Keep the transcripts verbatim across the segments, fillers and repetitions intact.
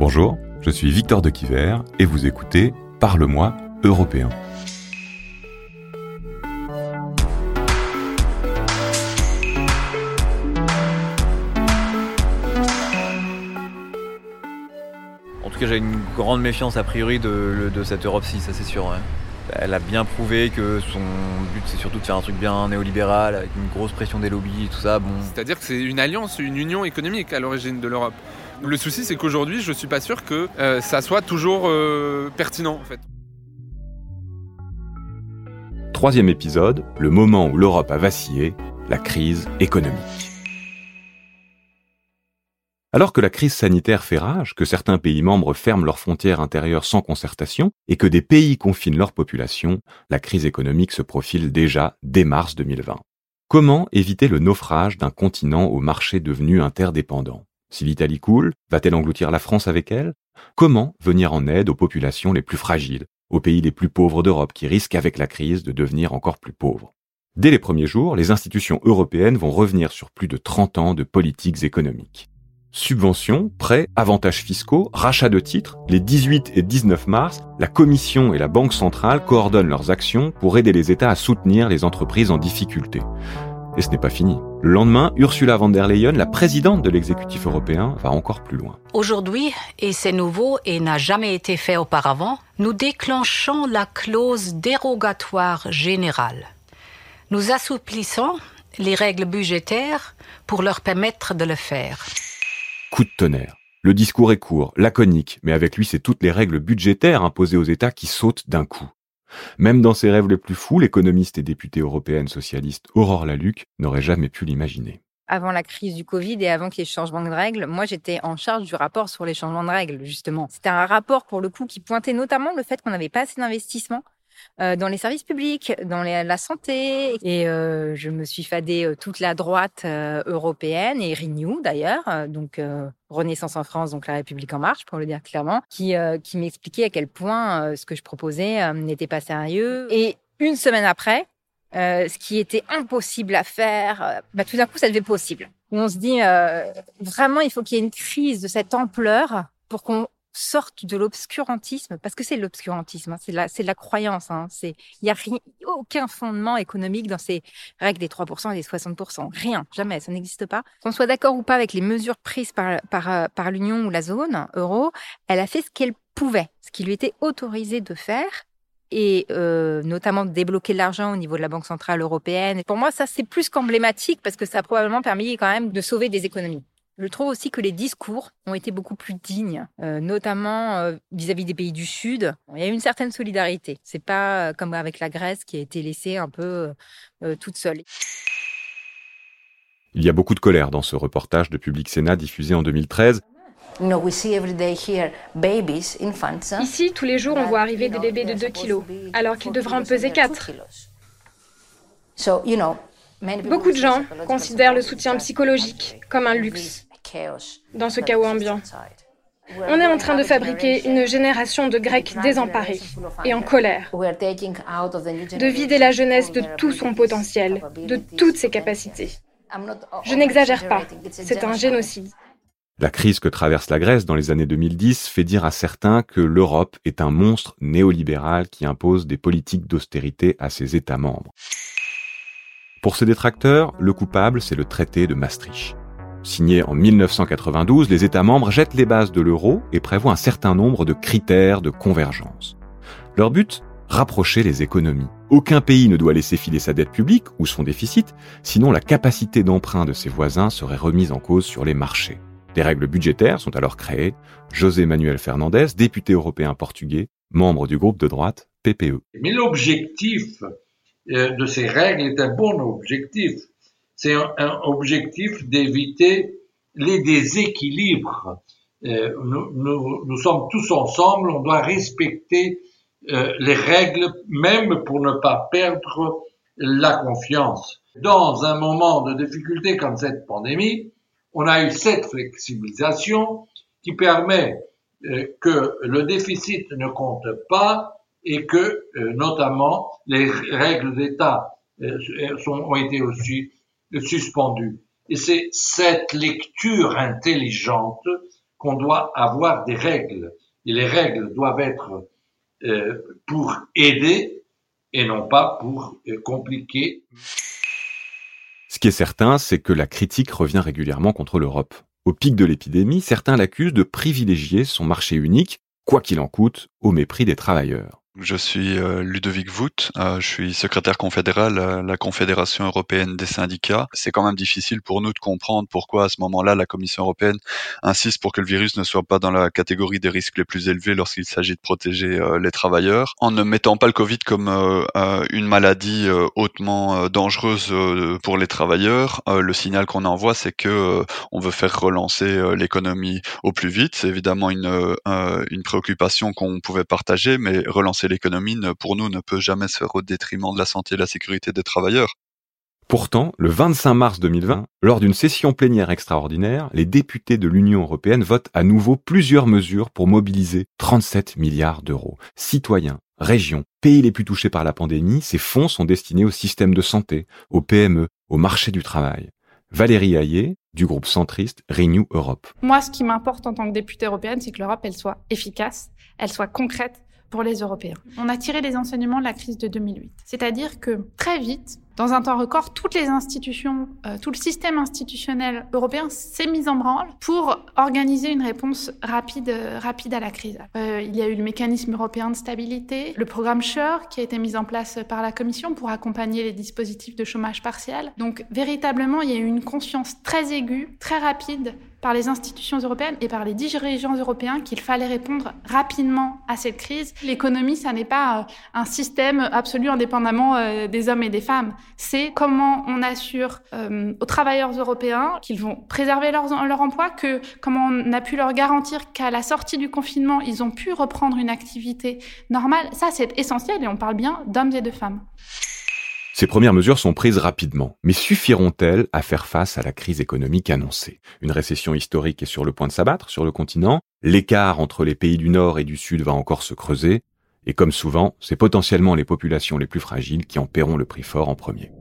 Bonjour, je suis Victor de Quiver et vous écoutez Parle-moi européen. En tout cas, j'ai une grande méfiance a priori de, de cette Europe-ci, ça c'est sûr. Ouais. Elle a bien prouvé que son but c'est surtout de faire un truc bien néolibéral, avec une grosse pression des lobbies et tout ça. Bon. C'est-à-dire que c'est une alliance, une union économique à l'origine de l'Europe. Le souci c'est qu'aujourd'hui, je suis pas sûr que euh, ça soit toujours euh, pertinent en fait. Troisième épisode, le moment où l'Europe a vacillé, la crise économique. Alors que la crise sanitaire fait rage, que certains pays membres ferment leurs frontières intérieures sans concertation et que des pays confinent leur population, la crise économique se profile déjà dès mars deux mille vingt. Comment éviter le naufrage d'un continent au marché devenu interdépendant ? Si l'Italie coule, va-t-elle engloutir la France avec elle ? Comment venir en aide aux populations les plus fragiles, aux pays les plus pauvres d'Europe qui risquent avec la crise de devenir encore plus pauvres ? Dès les premiers jours, les institutions européennes vont revenir sur plus de trente ans de politiques économiques. Subventions, prêts, avantages fiscaux, rachats de titres, les dix-huit et dix-neuf mars, la Commission et la Banque centrale coordonnent leurs actions pour aider les États à soutenir les entreprises en difficulté. Et ce n'est pas fini. Le lendemain, Ursula von der Leyen, la présidente de l'exécutif européen, va encore plus loin. Aujourd'hui, et c'est nouveau et n'a jamais été fait auparavant, nous déclenchons la clause dérogatoire générale. Nous assouplissons les règles budgétaires pour leur permettre de le faire. Coup de tonnerre. Le discours est court, laconique, mais avec lui, c'est toutes les règles budgétaires imposées aux États qui sautent d'un coup. Même dans ses rêves les plus fous, l'économiste et députée européenne socialiste Aurore Lalucq n'aurait jamais pu l'imaginer. Avant la crise du Covid et avant qu'il y ait changement de règles, moi j'étais en charge du rapport sur les changements de règles, justement. C'était un rapport, pour le coup, qui pointait notamment le fait qu'on n'avait pas assez d'investissements Euh, dans les services publics, dans les, la santé. Et euh, je me suis fadée euh, toute la droite euh, européenne et Renew d'ailleurs, euh, donc euh, Renaissance en France, donc La République en marche pour le dire clairement, qui, euh, qui m'expliquait à quel point euh, ce que je proposais euh, n'était pas sérieux. Et une semaine après, euh, ce qui était impossible à faire, euh, bah, tout d'un coup ça devient possible. Et on se dit euh, vraiment il faut qu'il y ait une crise de cette ampleur pour qu'on sorte de l'obscurantisme, parce que c'est l'obscurantisme, hein, c'est de la, c'est de la croyance. Hein, c'est, il y a rien, aucun fondement économique dans ces règles des trois pour cent et des soixante pour cent. Rien, jamais, ça n'existe pas. Qu'on soit d'accord ou pas avec les mesures prises par, par, par l'Union ou la zone euro, elle a fait ce qu'elle pouvait, ce qui lui était autorisé de faire, et euh, notamment de débloquer de l'argent au niveau de la Banque centrale européenne. Et pour moi, ça, c'est plus qu'emblématique, parce que ça a probablement permis quand même de sauver des économies. Je trouve aussi que les discours ont été beaucoup plus dignes, euh, notamment euh, vis-à-vis des pays du Sud. Il y a eu une certaine solidarité. C'est pas euh, comme avec la Grèce qui a été laissée un peu euh, toute seule. Il y a beaucoup de colère dans ce reportage de Public Sénat diffusé en deux mille treize. Ici, tous les jours, on voit arriver des bébés de deux kilos, alors qu'ils devraient en peser quatre. Beaucoup de gens considèrent le soutien psychologique comme un luxe dans ce chaos ambiant. On est en train de fabriquer une génération de Grecs désemparés et en colère, de vider la jeunesse de tout son potentiel, de toutes ses capacités. Je n'exagère pas, c'est un génocide. La crise que traverse la Grèce dans les années deux mille dix fait dire à certains que l'Europe est un monstre néolibéral qui impose des politiques d'austérité à ses États membres. Pour ces détracteurs, le coupable, c'est le traité de Maastricht. Signé en mille neuf cent quatre-vingt-douze, les États membres jettent les bases de l'euro et prévoient un certain nombre de critères de convergence. Leur but ? Rapprocher les économies. Aucun pays ne doit laisser filer sa dette publique ou son déficit, sinon la capacité d'emprunt de ses voisins serait remise en cause sur les marchés. Des règles budgétaires sont alors créées. José Manuel Fernandes, député européen portugais, membre du groupe de droite P P E. Mais l'objectif de ces règles est un bon objectif. C'est un, un objectif d'éviter les déséquilibres. Euh, nous, nous, nous sommes tous ensemble, on doit respecter euh, les règles, même pour ne pas perdre la confiance. Dans un moment de difficulté comme cette pandémie, on a eu cette flexibilisation qui permet euh, que le déficit ne compte pas et que, euh, notamment, les règles d'État euh, sont, ont été aussi suspendues. Et c'est cette lecture intelligente qu'on doit avoir des règles. Et les règles doivent être euh, pour aider et non pas pour euh, compliquer. Ce qui est certain, c'est que la critique revient régulièrement contre l'Europe. Au pic de l'épidémie, certains l'accusent de privilégier son marché unique, quoi qu'il en coûte, au mépris des travailleurs. Je suis euh, Ludovic Vout, euh, je suis secrétaire confédéral à la Confédération européenne des syndicats. C'est quand même difficile pour nous de comprendre pourquoi à ce moment-là la Commission européenne insiste pour que le virus ne soit pas dans la catégorie des risques les plus élevés lorsqu'il s'agit de protéger euh, les travailleurs, en ne mettant pas le Covid comme euh, euh, une maladie euh, hautement euh, dangereuse euh, pour les travailleurs. Euh, le signal qu'on envoie, c'est que euh, on veut faire relancer euh, l'économie au plus vite. C'est évidemment une, euh, une préoccupation qu'on pouvait partager, mais relancer l'économie, pour nous, ne peut jamais se faire au détriment de la santé et de la sécurité des travailleurs. Pourtant, le vingt-cinq mars deux mille vingt, lors d'une session plénière extraordinaire, les députés de l'Union européenne votent à nouveau plusieurs mesures pour mobiliser trente-sept milliards d'euros. Citoyens, régions, pays les plus touchés par la pandémie, ces fonds sont destinés au système de santé, aux P M E, au marché du travail. Valérie Hayet, du groupe centriste Renew Europe. Moi, ce qui m'importe en tant que députée européenne, c'est que l'Europe, elle soit efficace, elle soit concrète pour les Européens. On a tiré les enseignements de la crise de deux mille huit. C'est-à-dire que très vite, dans un temps record, toutes les institutions, euh, tout le système institutionnel européen s'est mis en branle pour organiser une réponse rapide, euh, rapide à la crise. Euh, il y a eu le mécanisme européen de stabilité, le programme SURE qui a été mis en place par la Commission pour accompagner les dispositifs de chômage partiel. Donc véritablement, il y a eu une conscience très aiguë, très rapide par les institutions européennes et par les dirigeants européens qu'il fallait répondre rapidement à cette crise. L'économie, ça n'est pas un système absolu indépendamment euh, des hommes et des femmes. C'est comment on assure euh, aux travailleurs européens qu'ils vont préserver leur, leur emploi, que comment on a pu leur garantir qu'à la sortie du confinement, ils ont pu reprendre une activité normale. Ça, c'est essentiel et on parle bien d'hommes et de femmes. Ces premières mesures sont prises rapidement, mais suffiront-elles à faire face à la crise économique annoncée ? Une récession historique est sur le point de s'abattre sur le continent, l'écart entre les pays du Nord et du Sud va encore se creuser, et comme souvent, c'est potentiellement les populations les plus fragiles qui en paieront le prix fort en premier.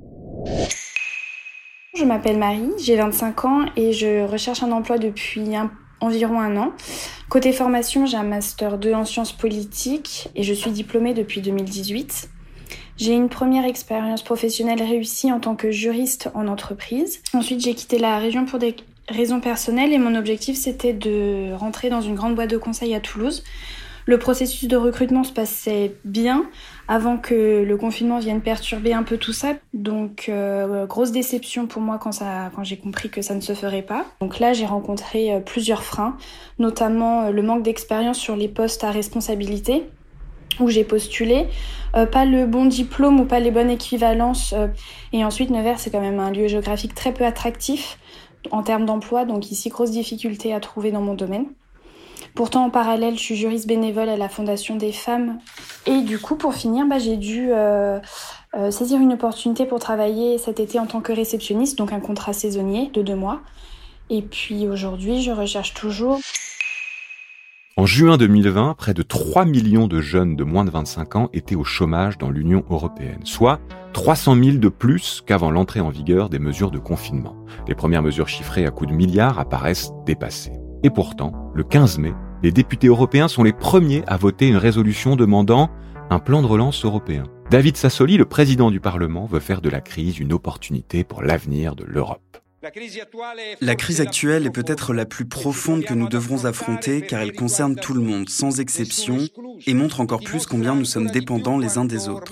Je m'appelle Marie, j'ai vingt-cinq ans et je recherche un emploi depuis un, environ un an. Côté formation, j'ai un master deux en sciences politiques et je suis diplômée depuis deux mille dix-huit. J'ai une première expérience professionnelle réussie en tant que juriste en entreprise. Ensuite, j'ai quitté la région pour des raisons personnelles et mon objectif, c'était de rentrer dans une grande boîte de conseil à Toulouse. Le processus de recrutement se passait bien avant que le confinement vienne perturber un peu tout ça. Donc, euh, grosse déception pour moi quand, ça, quand j'ai compris que ça ne se ferait pas. Donc là, j'ai rencontré euh, plusieurs freins, notamment euh, le manque d'expérience sur les postes à responsabilité où j'ai postulé, euh, pas le bon diplôme ou pas les bonnes équivalences. Euh, et ensuite, Nevers, c'est quand même un lieu géographique très peu attractif en termes d'emploi. Donc ici, grosse difficulté à trouver dans mon domaine. Pourtant, en parallèle, je suis juriste bénévole à la Fondation des femmes. Et du coup, pour finir, bah, j'ai dû euh, euh, saisir une opportunité pour travailler cet été en tant que réceptionniste, donc un contrat saisonnier de deux mois. Et puis aujourd'hui, je recherche toujours. En juin deux mille vingt, près de trois millions de jeunes de moins de vingt-cinq ans étaient au chômage dans l'Union européenne, soit trois cent mille de plus qu'avant l'entrée en vigueur des mesures de confinement. Les premières mesures chiffrées à coups de milliards apparaissent dépassées. Et pourtant, le quinze mai, les députés européens sont les premiers à voter une résolution demandant un plan de relance européen. David Sassoli, le président du Parlement, veut faire de la crise une opportunité pour l'avenir de l'Europe. La crise actuelle est peut-être la plus profonde que nous devrons affronter car elle concerne tout le monde, sans exception, et montre encore plus combien nous sommes dépendants les uns des autres.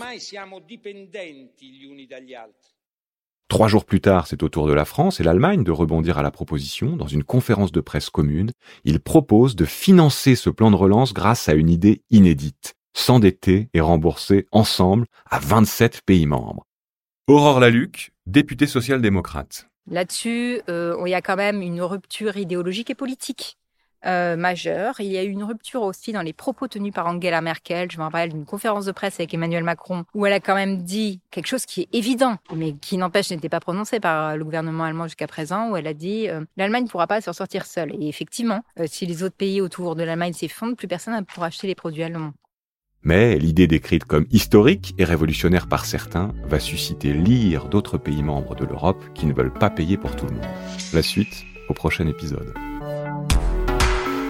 Trois jours plus tard, c'est au tour de la France et l'Allemagne de rebondir à la proposition. Dans une conférence de presse commune, ils proposent de financer ce plan de relance grâce à une idée inédite, s'endetter et rembourser ensemble à vingt-sept pays membres. Aurore Laluc, députée social-démocrate. Là-dessus, euh, il y a quand même une rupture idéologique et politique euh, majeure. Il y a eu une rupture aussi dans les propos tenus par Angela Merkel. Je me rappelle d'une conférence de presse avec Emmanuel Macron où elle a quand même dit quelque chose qui est évident, mais qui n'empêche n'était pas prononcé par le gouvernement allemand jusqu'à présent, où elle a dit euh, « l'Allemagne ne pourra pas s'en sortir seule ». Et effectivement, euh, si les autres pays autour de l'Allemagne s'effondrent, plus personne ne pourra acheter les produits allemands. Mais l'idée décrite comme historique et révolutionnaire par certains va susciter l'ire d'autres pays membres de l'Europe qui ne veulent pas payer pour tout le monde. La suite au prochain épisode.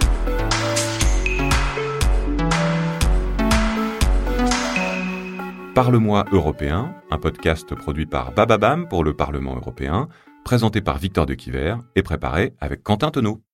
Parle-moi européen, un podcast produit par Bababam pour le Parlement européen, présenté par Victor Dequiver et préparé avec Quentin Tenot.